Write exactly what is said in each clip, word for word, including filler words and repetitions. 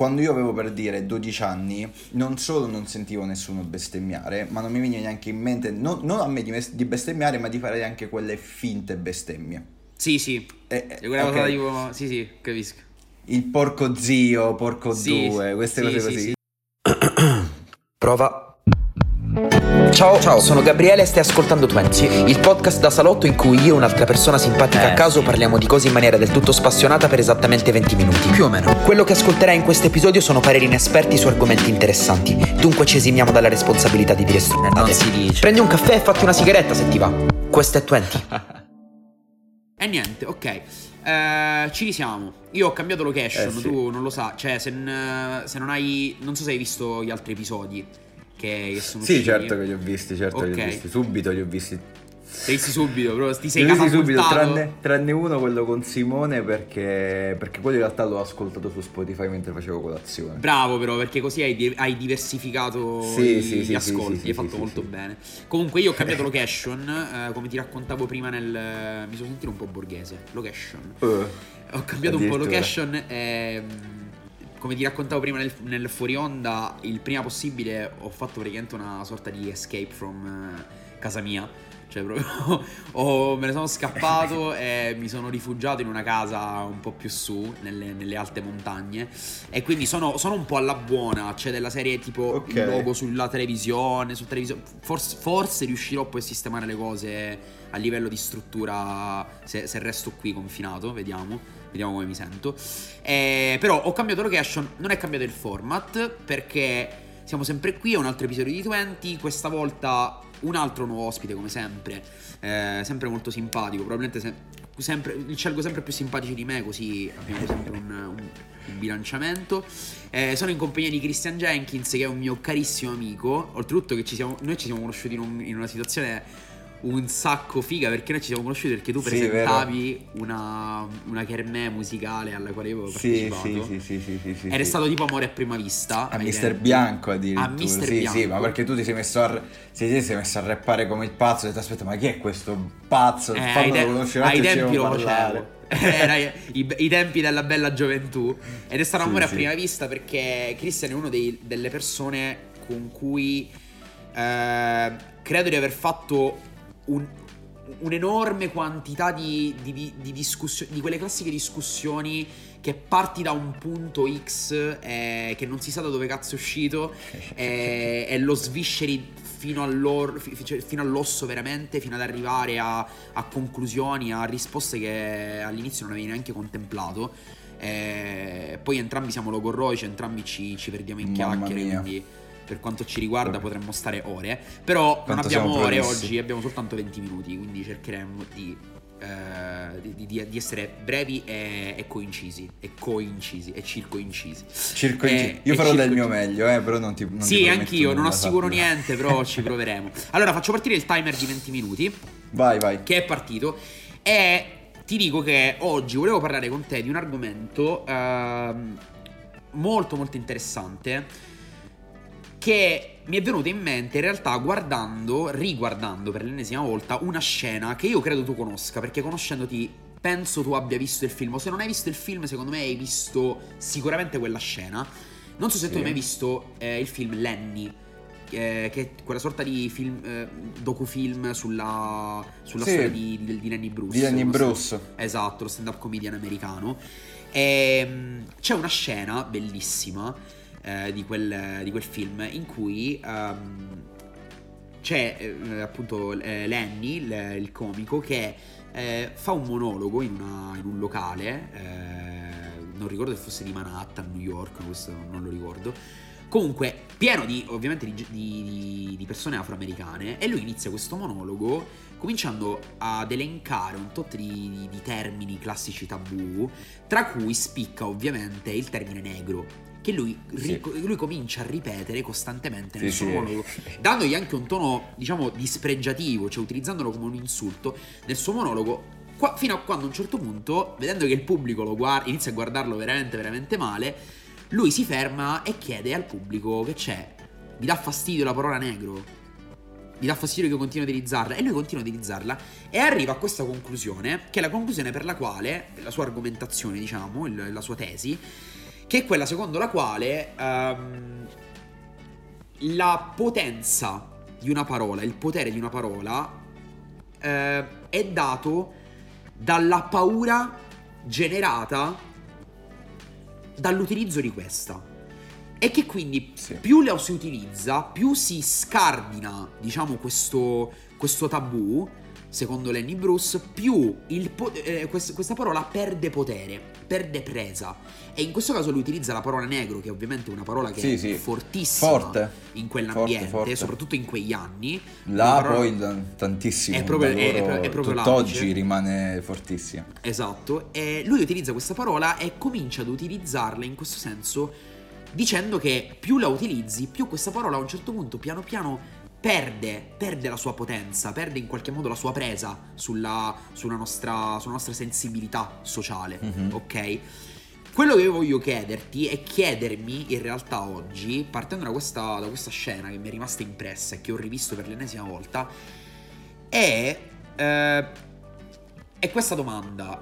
quando io avevo per dire dodici anni, non solo non sentivo nessuno bestemmiare, ma non mi veniva neanche in mente, non, non a me di, mes- di bestemmiare, ma di fare anche quelle finte bestemmie. Sì, sì. Eh, eh, Quella cosa ok. tipo... Sì, sì, capisco. Il porco zio, porco Sì, due, queste sì, cose sì, così. sì. Prova. Ciao, ciao, sono Gabriele e stai ascoltando Twenty, il podcast da salotto in cui io e un'altra persona simpatica Eh, a caso sì. parliamo di cose in maniera del tutto spassionata per esattamente venti minuti. Più o meno. Quello che ascolterai in questo episodio sono pareri inesperti su argomenti interessanti, dunque ci esimiamo dalla responsabilità di dire stronzate. Non si dice. Prendi un caffè e fatti una sigaretta se ti va. Questo è Twenty. E niente, ok. Eh, ci risiamo. Io ho cambiato location, Eh, sì. tu non lo sai. Cioè, se, n- se non hai... Non so se hai visto gli altri episodi che, che sono Sì, usciti. certo che li ho visti, certo che li Ok. ho visti. Subito li ho visti. Sei visti subito, proprio ti sei Li ho visti subito, catapultato. tranne, tranne uno, quello con Simone, perché, perché quello in realtà l'ho ascoltato su Spotify mentre facevo colazione. Bravo però, perché così hai, di- hai diversificato Sì, i- sì, gli sì, ascolti, sì, sì, hai sì, fatto sì, molto sì. bene. Comunque io ho cambiato location, eh, come ti raccontavo prima nel... Mi sono sentito un po' borghese. Location. Uh, Ho cambiato un po' addirittura. location e... Come ti raccontavo prima nel, nel fuori onda, il prima possibile ho fatto praticamente una sorta di escape from eh, casa mia. Cioè proprio ho- me ne sono scappato e mi sono rifugiato in una casa un po' più su, nelle, nelle alte montagne. E quindi sono, sono un po' alla buona. C'è della serie tipo Ok. il logo sulla televisione, su televisione. Forse, forse riuscirò poi a sistemare le cose a livello di struttura se, se resto qui confinato, vediamo. Vediamo come mi sento. Eh, però ho cambiato location, non è cambiato il format, perché siamo sempre qui, è un altro episodio di Twenty. Questa volta un altro nuovo ospite, come sempre. Eh, sempre molto simpatico. Probabilmente se- sempre, scelgo sempre più simpatici di me, così abbiamo sempre un, un- un bilanciamento. Eh, sono in compagnia di Christian Jenkins, che è un mio carissimo amico. Oltretutto che ci siamo, noi ci siamo conosciuti in, un- in una situazione un sacco figa, perché noi ci siamo conosciuti perché tu Sì, presentavi una, una kermè musicale alla quale avevo Sì, partecipato. sì, sì, sì, sì, sì, sì, Ed è sì. stato tipo amore a prima vista. A ai mister tempi. Bianco addirittura. A mister Sì, Bianco. sì, ma perché tu ti sei messo a, sì, sì, sei messo a rappare come il pazzo e ti aspetta, ma chi è questo pazzo? Eh, ai, Fammelo te- conoscere, ai oggi ci tempi devo lo parlare. facevo. Era i, i tempi della bella gioventù. Ed è stato Sì, amore sì. a prima vista, perché Christian è una delle persone con cui eh, credo di aver fatto un, un'enorme quantità di, di, di, di discussioni, di quelle classiche discussioni che parti da un punto X eh, che non si sa da dove cazzo è uscito eh, e lo svisceri fino, all'or- fi- cioè, fino all'osso veramente, fino ad arrivare a, a conclusioni, a risposte che all'inizio non avevi neanche contemplato. Eh, poi entrambi siamo logorroici, entrambi ci, ci perdiamo in Mamma chiacchiere, mia. quindi per quanto ci riguarda potremmo stare ore. Però non Quanto abbiamo siamo ore prolisso. oggi, abbiamo soltanto venti minuti, quindi cercheremo di, eh, di, di- di essere brevi e, e coincisi, e coincisi, e circoincisi. Circo in Eh, ci- Io e farò del circo- mio meglio, eh, però non ti non ti Sì, prometto anch'io, non nulla, assicuro sappilo. niente, però ci proveremo. Allora faccio partire il timer di venti minuti, Vai, vai. che è partito, e ti dico che oggi volevo parlare con te di un argomento ehm, molto molto interessante, che mi è venuto in mente in realtà guardando, riguardando per l'ennesima volta una scena che io credo tu conosca, perché conoscendoti penso tu abbia visto il film, o se non hai visto il film secondo me hai visto sicuramente quella scena. Non so se Sì. tu hai mai visto eh, il film Lenny, eh, che è quella sorta di film, eh, docufilm sulla, sulla Sì. storia di, di, di Lenny Bruce. Di Lenny Uno Bruce. stand- Esatto, lo stand-up comedian americano. E, mm, c'è una scena bellissima eh, di, quel, di quel film in cui ehm, c'è eh, appunto eh, Lenny, il, il comico, che eh, fa un monologo in, una- in un locale, eh, non ricordo se fosse di Manhattan, New York, questo non lo ricordo. Comunque, pieno di, ovviamente, di, di- di persone afroamericane, e lui inizia questo monologo cominciando ad elencare un tot di, di termini classici tabù, tra cui spicca ovviamente il termine negro, che lui, Sì. ri- lui comincia a ripetere costantemente nel Sì, suo sì. monologo, dandogli anche un tono, diciamo, dispregiativo, cioè utilizzandolo come un insulto nel suo monologo, qua- fino a quando a un certo punto, vedendo che il pubblico lo guarda, inizia a guardarlo veramente veramente male, lui si ferma e chiede al pubblico: che c'è? Vi dà fastidio la parola negro? Vi dà fastidio che io continui a utilizzarla? E lui continua a utilizzarla e arriva a questa conclusione, che è la conclusione per la quale la sua argomentazione, diciamo, il- la sua tesi, che è quella secondo la quale um, la potenza di una parola, il potere di una parola uh, è dato dalla paura generata dall'utilizzo di questa. E che quindi sì. più la si utilizza, più si scardina, diciamo, questo, questo tabù, secondo Lenny Bruce, più il po- eh, quest- questa parola perde potere, perde presa. E in questo caso lui utilizza la parola negro, che è ovviamente una parola che sì, è sì. fortissima forte. in quell'ambiente, forte, forte. soprattutto in quegli anni. Là parola... poi tantissimo, è proprio, è, è, è proprio tutt'oggi rimane fortissima. Esatto, e lui utilizza questa parola e comincia ad utilizzarla in questo senso, dicendo che più la utilizzi, più questa parola a un certo punto piano piano perde, perde la sua potenza, perde in qualche modo la sua presa sulla, sulla, nostra, sulla nostra sensibilità sociale, mm-hmm. ok? Quello che io voglio chiederti e chiedermi in realtà oggi, partendo da questa, da questa scena che mi è rimasta impressa e che ho rivisto per l'ennesima volta, è, eh, è questa domanda: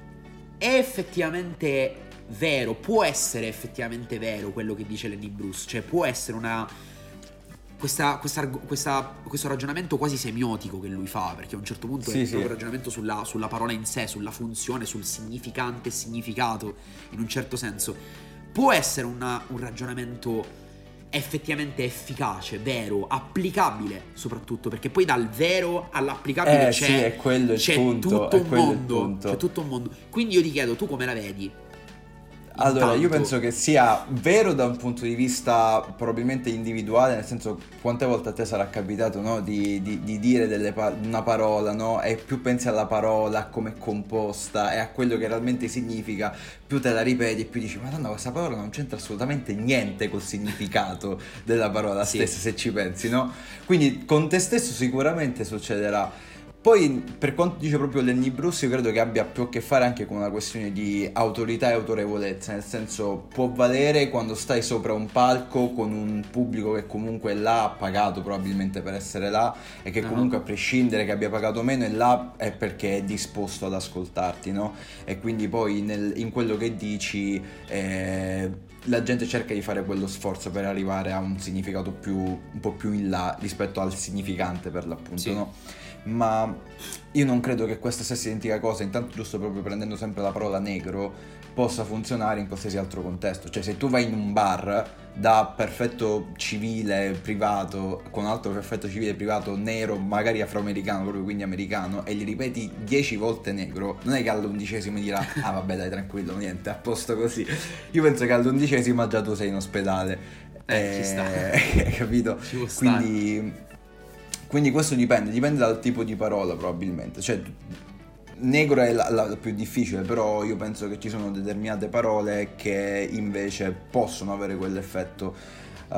è effettivamente vero, può essere effettivamente vero quello che dice Lenny Bruce? Cioè può essere una questa, questa, questa, questo ragionamento quasi semiotico che lui fa, perché a un certo punto sì, è sì. proprio un ragionamento sulla, sulla parola in sé, sulla funzione, sul significante e significato, in un certo senso. Può essere una, un ragionamento effettivamente efficace, vero, applicabile soprattutto, perché poi dal vero all'applicabile eh, c'è, sì, è quello il c'è punto, tutto è un quello mondo, il punto. c'è tutto un mondo. Quindi io ti chiedo, tu come la vedi? Allora, Intanto. io penso che sia vero da un punto di vista probabilmente individuale, nel senso, quante volte a te sarà capitato, no, di, di, di dire delle pa- una parola, no, e più pensi alla parola, a come è composta e a quello che realmente significa, più te la ripeti e più dici, madonna, questa parola non c'entra assolutamente niente col significato della parola sì. stessa, se ci pensi, no? Quindi con te stesso sicuramente succederà. Poi, per quanto dice proprio Lenny Bruce, io credo che abbia più a che fare anche con una questione di autorità e autorevolezza, nel senso, può valere quando stai sopra un palco con un pubblico che comunque è là, ha pagato probabilmente per essere là, e che comunque uh-huh. a prescindere che abbia pagato meno è là è perché è disposto ad ascoltarti, no? E quindi poi nel, in quello che dici eh, la gente cerca di fare quello sforzo per arrivare a un significato più un po' più in là rispetto al significante, per l'appunto, sì. no? Ma io non credo che questa stessa identica cosa, intanto giusto proprio prendendo sempre la parola negro, possa funzionare in qualsiasi altro contesto. Cioè, se tu vai in un bar da perfetto civile privato con altro perfetto civile privato nero, magari afroamericano, proprio quindi americano, e gli ripeti dieci volte negro, non è che all'undicesimo dirà ah vabbè dai, tranquillo, niente, a posto così. Io penso che all'undicesimo già tu sei in ospedale, eh, eh, ci sta. capito? Ci può quindi stare. Quindi questo dipende, dipende dal tipo di parola probabilmente, cioè negro è la, la più difficile, però io penso che ci sono determinate parole che invece possono avere quell'effetto, uh,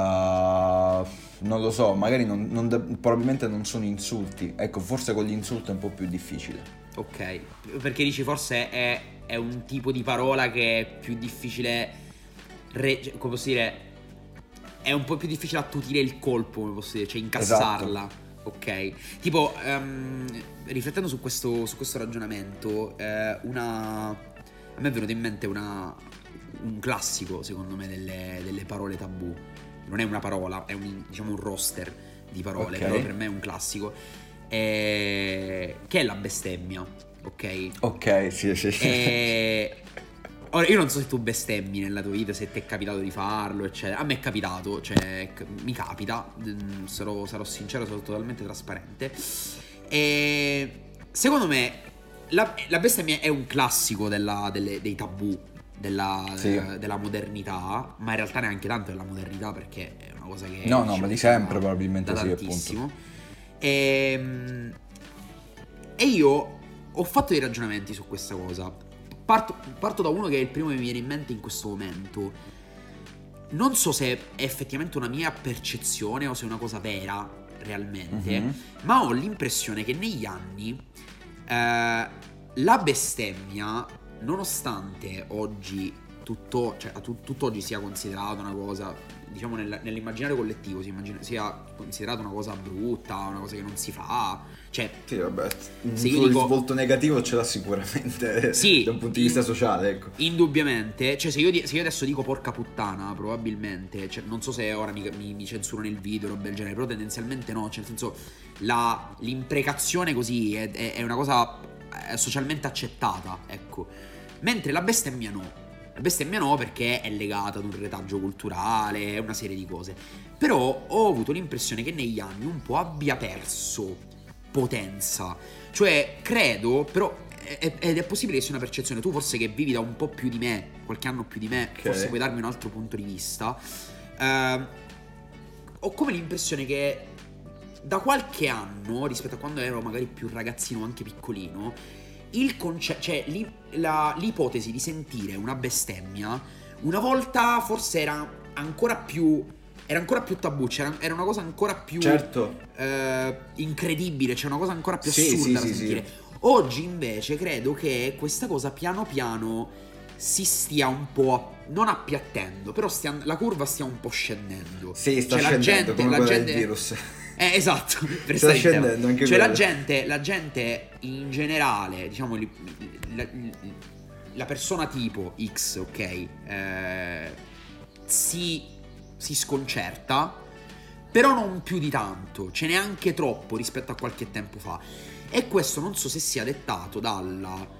non lo so, magari non, non de- probabilmente non sono insulti, ecco, forse con l'insulto è un po' più difficile. Ok, perché dici forse è, è un tipo di parola che è più difficile, re- come posso dire, è un po' più difficile attutire il colpo, come posso dire, cioè incassarla. Esatto. Ok, tipo um, riflettendo su questo, su questo ragionamento, eh, una a me è venuto in mente una, un classico secondo me delle, delle parole tabù. Non è una parola, è un, diciamo un roster di parole, okay. Però per me è un classico, eh, che è la bestemmia, ok? Ok, sì, sì, sì. E... Ora, io non so se tu bestemmi nella tua vita, se ti è capitato di farlo, eccetera. A me è capitato, cioè, mi capita, sarò, sarò sincero, sarò totalmente trasparente. E secondo me la, la bestemmia è un classico della, delle, dei tabù della, sì. della, della modernità, ma in realtà neanche tanto della modernità, perché è una cosa che... No, no, ma di sempre da, probabilmente da sì, tantissimo. appunto. E, e io ho fatto dei ragionamenti su questa cosa. Parto, parto da uno che è il primo che mi viene in mente in questo momento. Non so se è effettivamente una mia percezione o se è una cosa vera realmente, mm-hmm. ma ho l'impressione che negli anni eh, la bestemmia, nonostante oggi tutto, cioè, a tu, tutt'oggi sia considerata una cosa, diciamo nel, nell'immaginario collettivo si immagina, sia considerata una cosa brutta, una cosa che non si fa, cioè sì, vabbè, se il io dico, risvolto negativo ce l'ha sicuramente, sì, da un punto di vista in, sociale, ecco. Indubbiamente, cioè se io, se io adesso dico porca puttana, probabilmente, cioè, non so se ora mi, mi, mi censuro nel video o roba del genere, però tendenzialmente no, cioè nel senso la, l'imprecazione così è, è, è una cosa socialmente accettata, ecco, mentre la bestemmia no. La bestemmia no, perché è legata ad un retaggio culturale, una serie di cose. Però ho avuto l'impressione che negli anni un po' abbia perso potenza. Cioè, credo, però, è, ed è possibile che sia una percezione, tu forse che vivi da un po' più di me, qualche anno più di me, okay, forse puoi darmi un altro punto di vista. eh, Ho come l'impressione che da qualche anno, rispetto a quando ero magari più ragazzino, anche piccolino, il concetto, cioè li, la, l'ipotesi di sentire una bestemmia una volta forse era ancora più era ancora più tabù, c'era, era una cosa ancora più, certo, eh, incredibile, c'è una cosa ancora più sì, assurda sì, da sì, sentire. sì. Oggi invece credo che questa cosa piano piano si stia un po' non appiattendo, però stia, la curva stia un po' scendendo. Sì, sta cioè, scendendo, la gente, come la quella gente, del virus. Eh, esatto, per sta scendendo anche cioè quello. la gente, la gente in generale, diciamo li, la, la persona tipo X, ok, eh, si, si sconcerta, però non più di tanto, ce n'è anche troppo rispetto a qualche tempo fa. E questo non so se sia dettato dalla,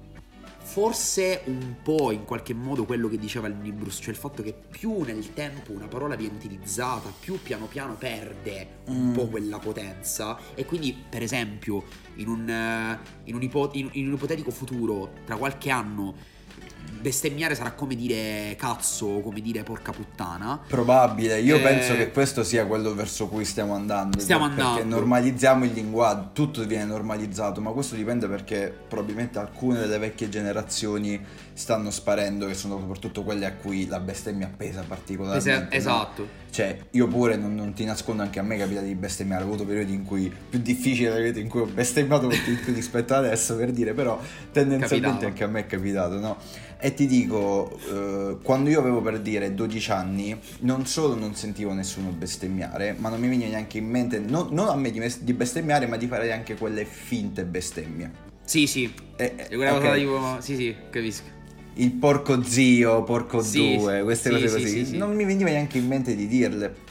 forse un po' in qualche modo quello che diceva il Nibrus, cioè il fatto che più nel tempo una parola viene utilizzata, più piano piano perde un mm. po' quella potenza. E quindi, per esempio, in un, in, un ipo- in, in un ipotetico futuro, tra qualche anno, bestemmiare sarà come dire cazzo, come dire porca puttana. Probabile, io eh, penso che questo sia quello verso cui stiamo andando. Stiamo perché andando. Perché normalizziamo il linguaggio, tutto viene normalizzato, ma questo dipende perché probabilmente alcune delle vecchie generazioni stanno sparendo, che sono soprattutto quelle a cui la bestemmia pesa particolarmente. Es- esatto. No? Cioè, io pure non, non ti nascondo, anche a me capita di bestemmiare, ho avuto periodi in cui più difficile, in cui ho bestemmiato rispetto ad adesso, per dire, però tendenzialmente Capitava. Anche a me è capitato, no? E ti dico, eh, quando io avevo per dire dodici anni, non solo non sentivo nessuno bestemmiare, ma non mi veniva neanche in mente, non, non a me di, di bestemmiare, ma di fare anche quelle finte bestemmie. Sì, sì, eh, eh, quella okay. cosa tipo, sì, sì, capisco. Il porco zio, porco sì, due, queste sì, cose sì, così, sì, sì. non mi veniva neanche in mente di dirle.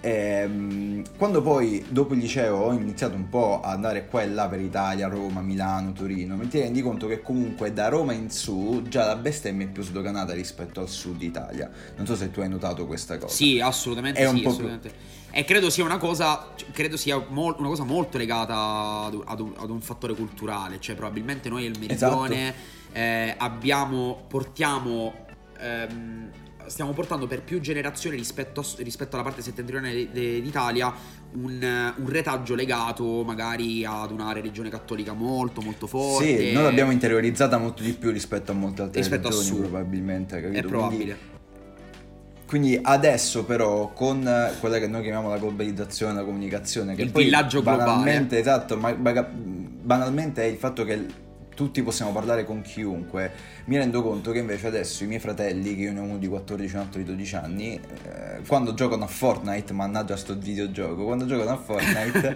Ehm, quando poi dopo il liceo ho iniziato un po' a andare qua e là per Italia, Roma, Milano, Torino, mi ti rendi conto che comunque da Roma in su già la bestemmia è più sdoganata rispetto al sud Italia. Non so se tu hai notato questa cosa. Sì, assolutamente, è sì, un po' assolutamente. Più... E credo sia una cosa, credo sia mol, una cosa molto legata ad, ad, un, ad un fattore culturale, cioè probabilmente noi il meridione, esatto. eh, abbiamo, portiamo... Ehm, stiamo portando per più generazioni rispetto, a, rispetto alla parte settentrionale d'Italia un, un retaggio legato magari ad una religione cattolica molto molto forte. Sì, noi l'abbiamo interiorizzata molto di più rispetto a molte altre rispetto regioni, a su. probabilmente, capito? È probabile. Quindi, quindi adesso però con quella che noi chiamiamo la globalizzazione, la comunicazione, che il poi villaggio banalmente, globale. esatto, ma banalmente è il fatto che tutti possiamo parlare con chiunque. Mi rendo conto che invece adesso i miei fratelli, che io ne ho uno di quattordici e un altro di dodici anni, eh, quando giocano a Fortnite, mannaggia sto videogioco, quando giocano a Fortnite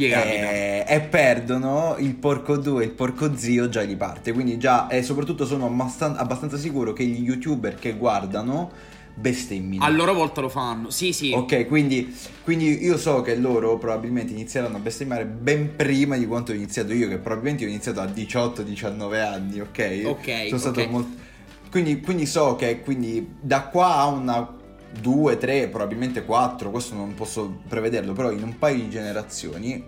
eh, e perdono, il porco due, il porco zio già gli parte. Quindi già, e soprattutto sono abbastan- abbastanza sicuro che gli youtuber che guardano bestemmino. A loro volta lo fanno, sì sì. Ok, quindi, quindi io so che loro probabilmente inizieranno a bestemmiare ben prima di quanto ho iniziato io, che probabilmente ho iniziato a diciotto diciannove anni, ok? Ok, Sono stato okay. molto... Quindi, quindi so che quindi da qua a una due, tre, probabilmente quattro, questo non posso prevederlo, però in un paio di generazioni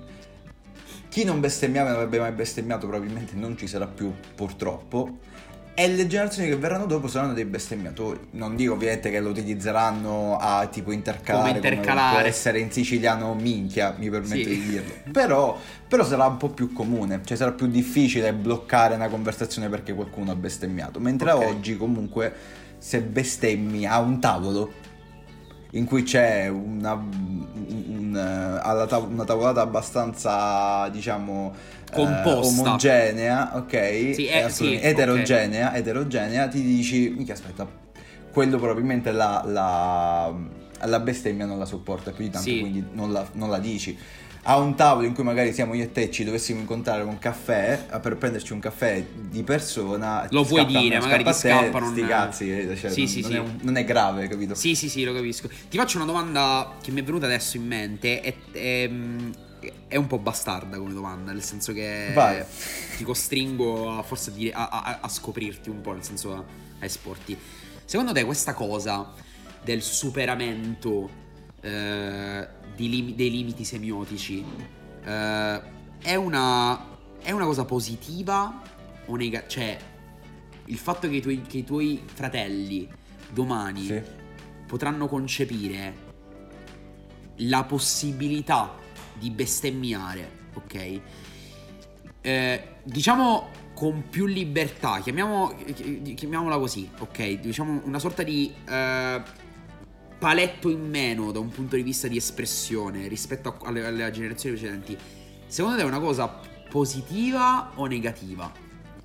chi non bestemmiava e non avrebbe mai bestemmiato probabilmente non ci sarà più, purtroppo. E le generazioni che verranno dopo saranno dei bestemmiatori. Non dico ovviamente che lo utilizzeranno a tipo intercalare, come intercalare, come può essere in siciliano minchia, mi permetto sì. di dirlo. Però, però sarà un po' più comune, cioè sarà più difficile bloccare una conversazione perché qualcuno ha bestemmiato. Mentre okay. oggi comunque se bestemmi a un tavolo in cui c'è una, un, alla tav- una tavolata abbastanza, diciamo, composta, eh, omogenea, ok? sì, eh, sì, eterogenea, okay. eterogenea, ti dici, mica aspetta, quello probabilmente la, la, la bestemmia non la sopporta più di tanto, Sì. quindi non la, non la dici. A un tavolo in cui magari siamo io e te, ci dovessimo incontrare con un caffè, eh, per prenderci un caffè di persona, Lo ti puoi scappa a me, dire, magari scappa ti a te, scappano, sti non- cazzi, eh, cioè, Sì, non, sì, non sì. È un- non è grave, capito? Sì, sì, sì, lo capisco. Ti faccio una domanda che mi è venuta adesso in mente. È, è, è un po' bastarda come domanda, nel senso che Vai. ti costringo a forse a, dire, a, a- a scoprirti un po', nel senso a, a esporti. Secondo te questa cosa del superamento eh, di lim- dei limiti semiotici eh, è una è una cosa positiva o negativa? Cioè, il fatto che i tuoi, che i tuoi fratelli domani Sì. potranno concepire la possibilità di bestemmiare, ok? Eh, diciamo con più libertà, chiamiamo, chiamiamola così, ok? Diciamo una sorta di eh, paletto in meno da un punto di vista di espressione rispetto a- alle, alle generazioni precedenti. Secondo te è una cosa positiva o negativa?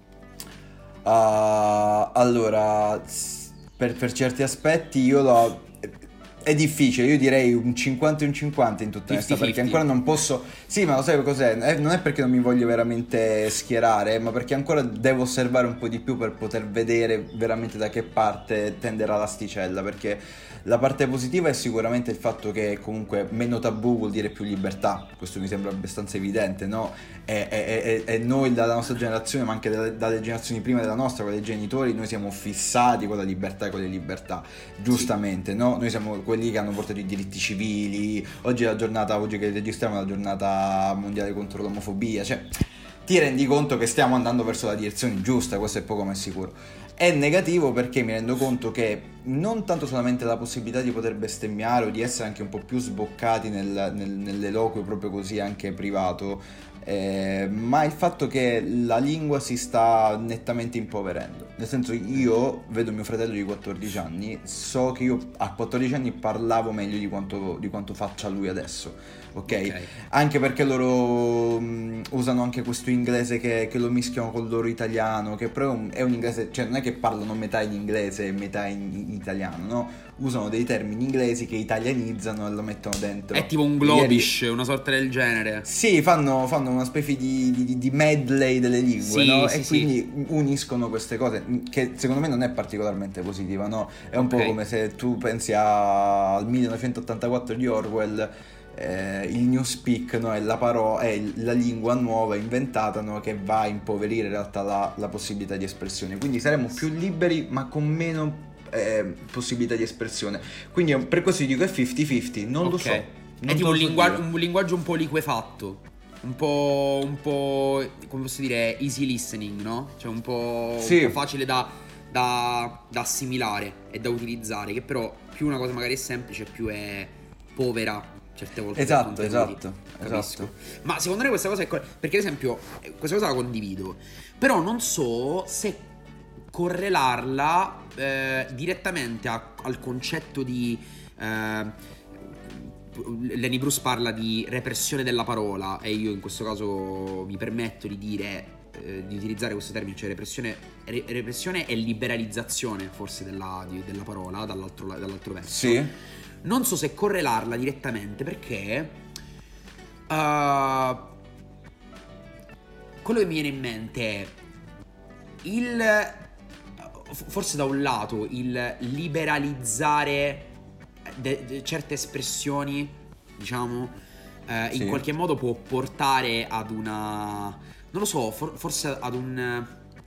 Ah, allora, s- per, per certi aspetti io lo... È difficile, io direi un cinquanta e un cinquanta in tutta onestà, perché cinquanta ancora non posso... Sì, ma lo sai cos'è? Eh, non è perché non mi voglio veramente schierare, ma perché ancora devo osservare un po' di più per poter vedere veramente da che parte tenderà l'asticella, perché la parte positiva è sicuramente il fatto che comunque meno tabù vuol dire più libertà, questo mi sembra abbastanza evidente, no? E, e- e- e noi dalla nostra generazione, ma anche dalle, dalle generazioni prima della nostra, con i genitori, noi siamo fissati con la libertà e con le libertà, giustamente, no? Noi siamo quelli che hanno portato i diritti civili, oggi è la giornata, oggi che registriamo è la giornata mondiale contro l'omofobia, cioè ti rendi conto che stiamo andando verso la direzione giusta, questo è poco ma è sicuro. È negativo perché mi rendo conto che non tanto solamente la possibilità di poter bestemmiare o di essere anche un po' più sboccati nel, nel, nell'eloquio proprio così anche privato, eh, ma il fatto che la lingua si sta nettamente impoverendo. Nel senso, io vedo mio fratello di quattordici anni, so che io a quattordici anni parlavo meglio di quanto, di quanto faccia lui adesso, ok? Ok. Anche perché loro mh, usano anche questo inglese che, che lo mischiano col loro italiano, che però è un, è un inglese, cioè non è che parlano metà in inglese e metà in, in italiano, no? Usano dei termini inglesi che italianizzano e lo mettono dentro. È tipo un Ieri- globish, una sorta del genere. Sì, fanno, fanno una specie di, di, di medley delle lingue, Sì, no? sì, E sì. quindi uniscono queste cose, che secondo me non è particolarmente positiva, no? È un Ok. po' come se tu pensi a- al millenovecentottantaquattro di Orwell, eh, il newspeak, no? È la parola, è il- la lingua nuova inventata, no? Che va a impoverire in realtà la, la possibilità di espressione. Quindi saremo più liberi, ma con meno eh, possibilità di espressione. Quindi è- per questo dico è cinquanta cinquanta, non lo Ok. so. È Non tipo te un, lo so lingua- dire. un linguaggio un po' liquefatto. Un po', un po', come posso dire, easy listening, no? Cioè un po', un Sì. po' facile da, da, da assimilare e da utilizzare. Che però più una cosa magari è semplice, più è povera certe volte. per Esatto, contenuti. esatto, Capisco. esatto. Ma secondo me questa cosa è... co- Perché ad esempio, eh, questa cosa la condivido. Però non so se correlarla eh, direttamente a- al concetto di... eh, Lenny Bruce parla di repressione della parola e io in questo caso mi permetto di dire, eh, di utilizzare questo termine, cioè repressione, re- repressione e liberalizzazione forse della, di- della parola dall'altro, dall'altro verso. Sì. Non so se correlarla direttamente perché uh, quello che mi viene in mente è il, forse da un lato, il liberalizzare de- de- certe espressioni, diciamo, eh, in Sì. qualche modo può portare ad una, non lo so, for- forse ad un...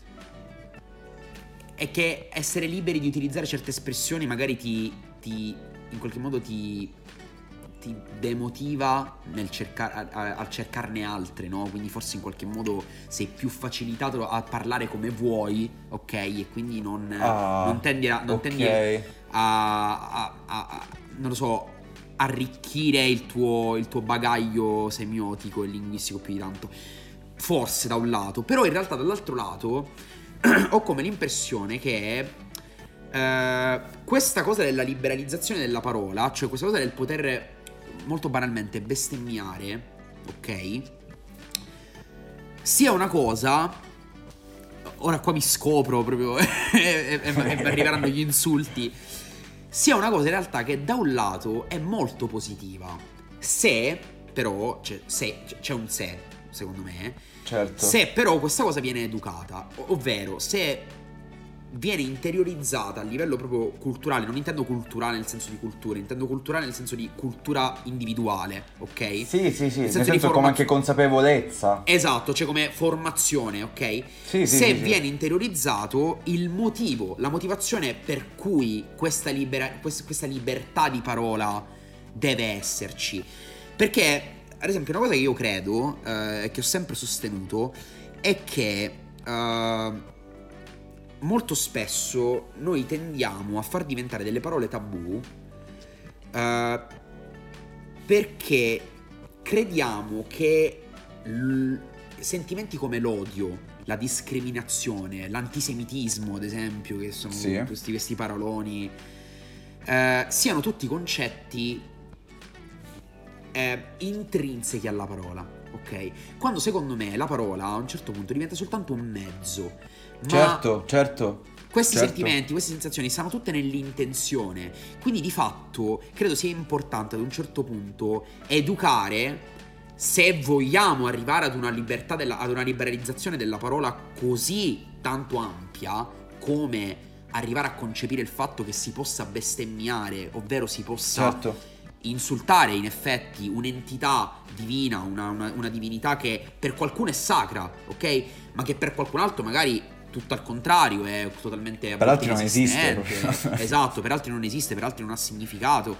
È che essere liberi di utilizzare certe espressioni magari ti, ti in qualche modo ti, ti demotiva nel cercare, a, a cercarne altre, no? Quindi forse in qualche modo sei più facilitato a parlare come vuoi, ok? E quindi non, Ah, non tendi, a, non ok. tendi a, a- a- a- non lo so, arricchire il tuo, il tuo bagaglio semiotico e linguistico più di tanto. Forse da un lato, però in realtà dall'altro lato ho come l'impressione che eh, questa cosa della liberalizzazione della parola, cioè questa cosa del poter molto banalmente bestemmiare, ok, sia una cosa, ora qua mi scopro proprio e, e- e mi arriveranno gli insulti, sia una cosa in realtà che da un lato è molto positiva. Se però c'è, se, c'è un se, secondo me, certo. Se però questa cosa viene educata, ovvero se viene interiorizzata a livello proprio culturale, non intendo culturale nel senso di cultura, intendo culturale nel senso di cultura individuale, ok? Sì, sì, sì, nel nel senso, senso di come forma- anche consapevolezza. Esatto, cioè come formazione, ok? Sì, sì, Se sì, viene sì. interiorizzato il motivo, la motivazione per cui questa, libera- quest- questa libertà di parola deve esserci. Perché, ad esempio, una cosa che io credo, eh, che ho sempre sostenuto, è che eh, molto spesso noi tendiamo a far diventare delle parole tabù eh, perché crediamo che l- sentimenti come l'odio, la discriminazione, l'antisemitismo, ad esempio, che sono Sì. questi, questi paroloni, eh, siano tutti concetti eh, intrinsechi alla parola, ok? Quando secondo me la parola a un certo punto diventa soltanto un mezzo. Ma Certo, certo. questi certo. sentimenti, queste sensazioni stanno tutte nell'intenzione. Quindi di fatto credo sia importante ad un certo punto educare, se vogliamo arrivare ad una libertà della, ad una liberalizzazione della parola così tanto ampia, come arrivare a concepire il fatto che si possa bestemmiare, ovvero si possa Certo. insultare in effetti un'entità divina, una, una, una divinità che per qualcuno è sacra, ok? Ma che per qualcun altro magari tutto al contrario, è totalmente Per altri non esiste inesistente. Esatto, per altri non esiste, per altri non ha significato.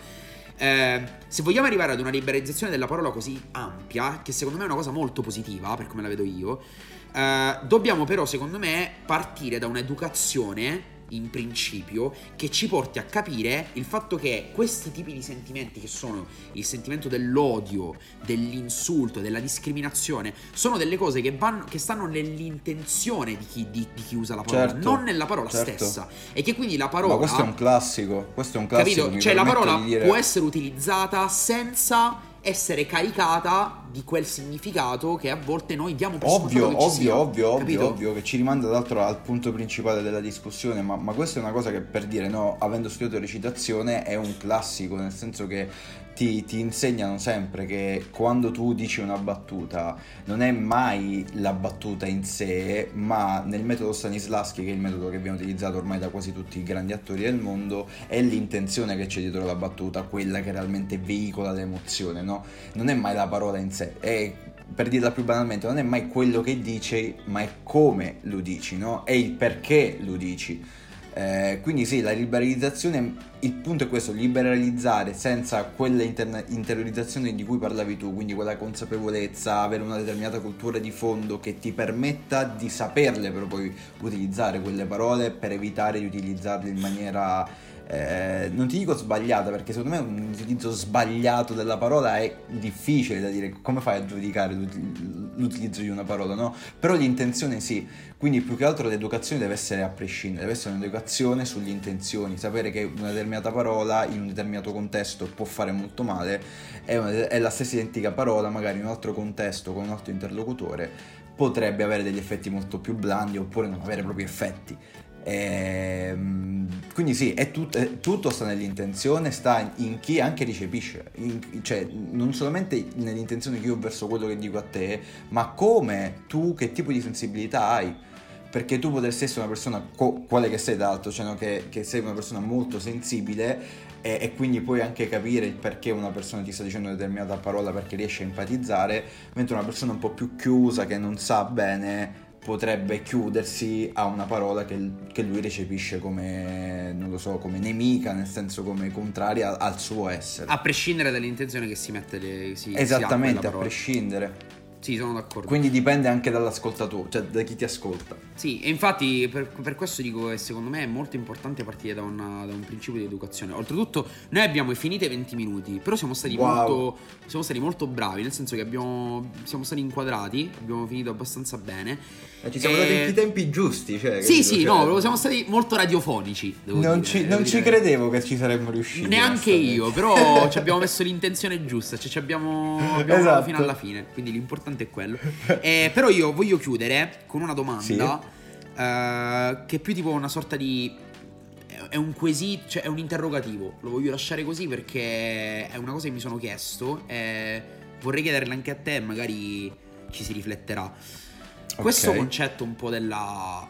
Eh, se vogliamo arrivare ad una liberalizzazione della parola così ampia, che secondo me è una cosa molto positiva, per come la vedo io, eh, dobbiamo però, secondo me, partire da un'educazione in principio che ci porti a capire il fatto che questi tipi di sentimenti, che sono il sentimento dell'odio, dell'insulto, della discriminazione, sono delle cose che vanno, che stanno nell'intenzione di chi, di, di chi usa la parola, Certo, non nella parola certo. stessa, e che quindi la parola, Ma questo è un classico, questo è un classico. capito? mi Cioè la permetto parola di dire- può essere utilizzata senza essere caricata di quel significato che a volte noi diamo per Ovvio, scontato che ci ovvio, sia, ovvio, capito? ovvio, ovvio, che ci rimanda tra l'altro al punto principale della discussione, ma, ma questa è una cosa che, per dire, no, avendo studiato recitazione, è un classico, nel senso che ti, ti insegnano sempre che quando tu dici una battuta non è mai la battuta in sé, ma nel metodo Stanislavski, che è il metodo che viene utilizzato ormai da quasi tutti i grandi attori del mondo, è l'intenzione che c'è dietro la battuta, quella che realmente veicola l'emozione, no? Non è mai la parola in sé, è, per dirla più banalmente, non è mai quello che dici, ma è come lo dici, no? È il perché lo dici. Eh, quindi sì, la liberalizzazione, il punto è questo: liberalizzare senza quella interna- interiorizzazione di cui parlavi tu, quindi quella consapevolezza, avere una determinata cultura di fondo che ti permetta di saperle però poi utilizzare quelle parole per evitare di utilizzarle in maniera Eh, non ti dico sbagliata, perché secondo me un utilizzo sbagliato della parola è difficile da dire. Come fai a giudicare l'util- l'utilizzo di una parola, no? Però l'intenzione sì, quindi più che altro l'educazione deve essere a prescindere, deve essere un'educazione sulle intenzioni, sapere che una determinata parola in un determinato contesto può fare molto male, è, una, è la stessa identica parola magari in un altro contesto con un altro interlocutore potrebbe avere degli effetti molto più blandi oppure non avere proprio effetti. Ehm, quindi sì, è tut- è- tutto sta nell'intenzione, sta in chi anche ricepisce, in- cioè non solamente nell'intenzione che io ho verso quello che dico a te, ma come tu, che tipo di sensibilità hai, perché tu potresti essere una persona, co- quale che sei d'altro, cioè no, che, che sei una persona molto sensibile e, e quindi puoi anche capire il perché una persona ti sta dicendo una determinata parola, perché riesce a empatizzare, mentre una persona un po' più chiusa, che non sa bene, potrebbe chiudersi a una parola che, che lui recepisce come, non lo so, come nemica, nel senso come contraria al suo essere. A prescindere dall'intenzione che si mette le, si, Esattamente, si a prescindere. Sì, sono d'accordo. Quindi dipende anche dall'ascoltatore, cioè da chi ti ascolta. Sì, e infatti per, per questo dico che secondo me è molto importante partire da, una, da un principio di educazione. Oltretutto noi abbiamo finito i venti minuti, però siamo stati, Wow. molto, siamo stati molto bravi, nel senso che abbiamo, siamo stati inquadrati, abbiamo finito abbastanza bene. E ci siamo E- dati anche i tempi giusti, cioè, Sì, capito? sì, Cioè, no, siamo stati molto radiofonici, devo non dire, ci, devo non ci dire. credevo che ci saremmo riusciti. Neanche io, però ci abbiamo messo l'intenzione giusta, cioè ci abbiamo, abbiamo Esatto. fino alla fine, quindi l'importante è quello. Eh, però io voglio chiudere con una domanda Sì. eh, che è più tipo una sorta di... è un quesito, cioè è un interrogativo. Lo voglio lasciare così perché è una cosa che mi sono chiesto e vorrei chiederla anche a te, magari ci si rifletterà. Okay. Questo concetto un po' della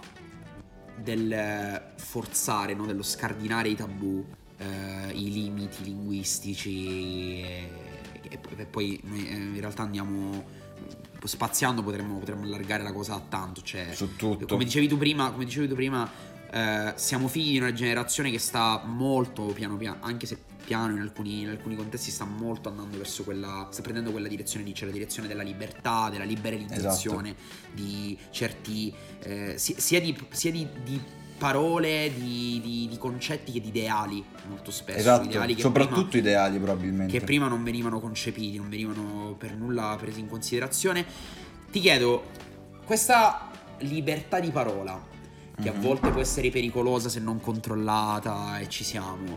del forzare, no? Dello scardinare i tabù, eh, i limiti linguistici e, e, e poi noi eh, in realtà andiamo spaziando, potremmo, potremmo allargare la cosa a tanto, cioè su tutto. Come dicevi tu prima, come dicevi tu prima eh, siamo figli di una generazione che sta molto piano piano, anche se piano in alcuni, in alcuni contesti sta molto andando verso quella, sta prendendo quella direzione lì, cioè la direzione della libertà, della liberalizzazione, esatto, di certi eh, sia di, sia di, di parole, di, di, di concetti che di ideali, molto spesso. Esatto, ideali che soprattutto prima, ideali probabilmente. Che prima non venivano concepiti, non venivano per nulla presi in considerazione. Ti chiedo, questa libertà di parola, che mm-hmm. a volte può essere pericolosa se non controllata, e ci siamo,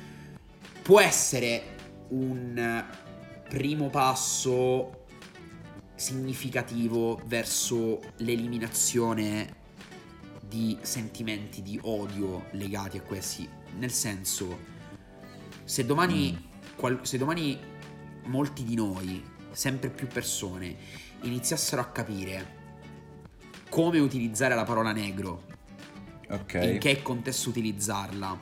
può essere un primo passo significativo verso l'eliminazione di sentimenti di odio legati a questi. Nel senso, se domani, mm. qual- se domani molti di noi, sempre più persone, iniziassero a capire come utilizzare la parola negro, okay, in che contesto utilizzarla,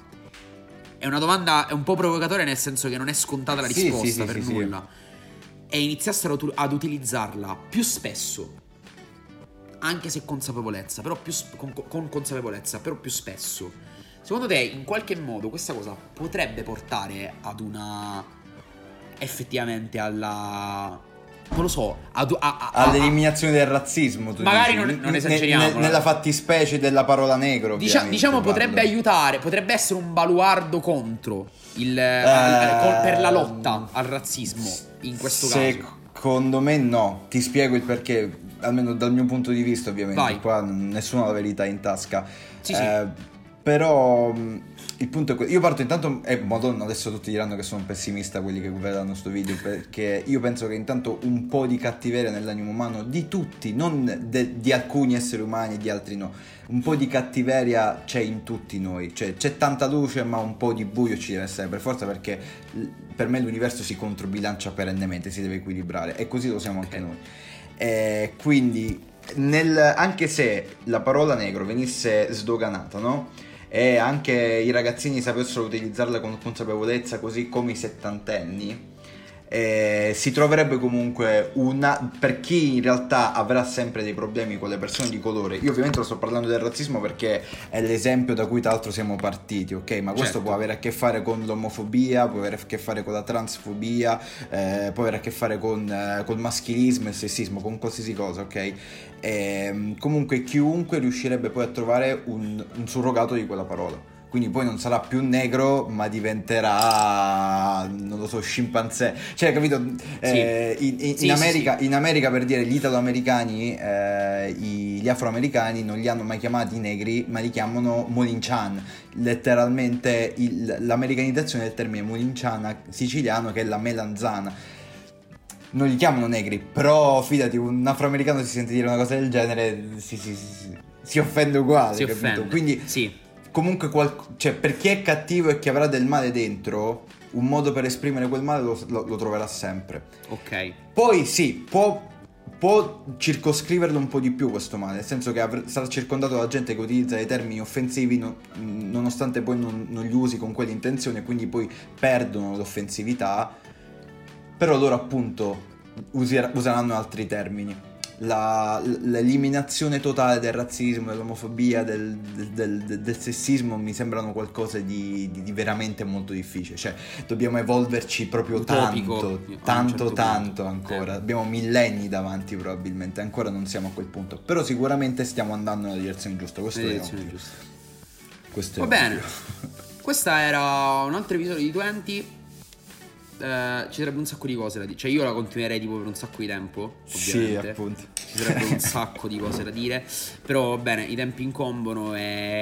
è una domanda, è un po' provocatoria, nel senso che non è scontata la sì, risposta sì, sì, per sì, nulla sì. E iniziassero ad utilizzarla più spesso, anche se consapevolezza, però più con, con consapevolezza, però più spesso. Secondo te, in qualche modo, questa cosa potrebbe portare ad una, effettivamente alla, non lo so, ad, a, a, all'eliminazione del razzismo, tu magari dici, non, non esageriamo, ne, ne, nella fattispecie della parola negro, diciamo, diciamo potrebbe aiutare, potrebbe essere un baluardo contro il, eh, al, per la lotta al razzismo, in questo caso. Secondo me no, ti spiego il perché, almeno dal mio punto di vista, ovviamente. Vai. Qua nessuno ha la verità in tasca. Sì, eh, sì. Però il punto è questo. Io parto intanto, e eh, madonna, adesso tutti diranno che sono pessimista quelli che vedranno sto video, perché io penso che intanto un po' di cattiveria nell'animo umano di tutti, non de- di alcuni esseri umani e di altri no, un po' di cattiveria c'è in tutti noi, cioè c'è tanta luce ma un po' di buio ci deve essere per forza, perché per me l'universo si controbilancia perennemente, si deve equilibrare, e così lo siamo anche noi. E quindi nel, anche se la parola negro venisse sdoganata, no? E anche i ragazzini sapessero utilizzarla con consapevolezza, così come i settantenni, eh, si troverebbe comunque una, per chi in realtà avrà sempre dei problemi con le persone di colore. Io ovviamente lo sto parlando del razzismo perché è l'esempio da cui tra l'altro siamo partiti, ok? Ma questo certo. può avere a che fare con l'omofobia, può avere a che fare con la transfobia, eh, può avere a che fare con eh, col maschilismo e il sessismo, con qualsiasi cosa, ok? E, comunque chiunque riuscirebbe poi a trovare un, un surrogato di quella parola. Quindi poi non sarà più negro, ma diventerà, non lo so, scimpanzé. Cioè, capito? Sì. Eh, in, in, sì, in, America, sì, sì. in America, per dire, gli italoamericani, eh, gli afroamericani non li hanno mai chiamati negri, ma li chiamano Molinchan. Letteralmente il, l'americanizzazione del termine Molinchan siciliano, che è la melanzana. Non li chiamano negri, però fidati, un afroamericano si sente dire una cosa del genere, si, si, si, si, si offende uguale, si capito? Offende. Quindi... sì. Comunque, qual- cioè, per chi è cattivo e chi avrà del male dentro, un modo per esprimere quel male lo, lo, lo troverà sempre. Ok. Poi sì, può, può circoscriverlo un po' di più questo male, nel senso che avr- sarà circondato da gente che utilizza dei termini offensivi no, nonostante poi non, non li usi con quell'intenzione, e quindi poi perdono l'offensività. Però loro appunto user- useranno altri termini. La, l'eliminazione totale del razzismo, dell'omofobia, del, del, del, del sessismo mi sembrano qualcosa di, di, di veramente molto difficile. Cioè dobbiamo evolverci proprio utopico, tanto, tanto, certo tanto ancora. Eh. Abbiamo millenni davanti probabilmente, ancora non siamo a quel punto. Però sicuramente stiamo andando nella direzione giusta. Questo nella è direzione giusta. Questo Va è bene. Questo era un altro episodio di venti. Uh, ci sarebbe un sacco di cose da dire. Cioè io la continuerei tipo per un sacco di tempo, ovviamente. Sì, appunto. Ci sarebbe un sacco di cose da dire. Però va bene, i tempi incombono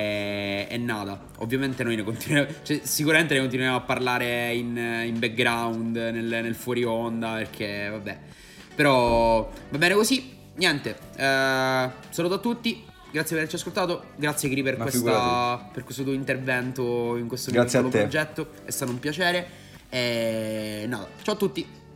e è nada. Ovviamente noi ne continuiamo, cioè, sicuramente ne continuiamo a parlare in, in background, nel, nel fuori onda, perché vabbè. Però va bene così. Niente, uh, saluto a tutti. grazie per averci ascoltato. Grazie Kiri per, questa, per questo tuo intervento in questo grazie piccolo a te. progetto. È stato un piacere. E nada, ciao a tutti.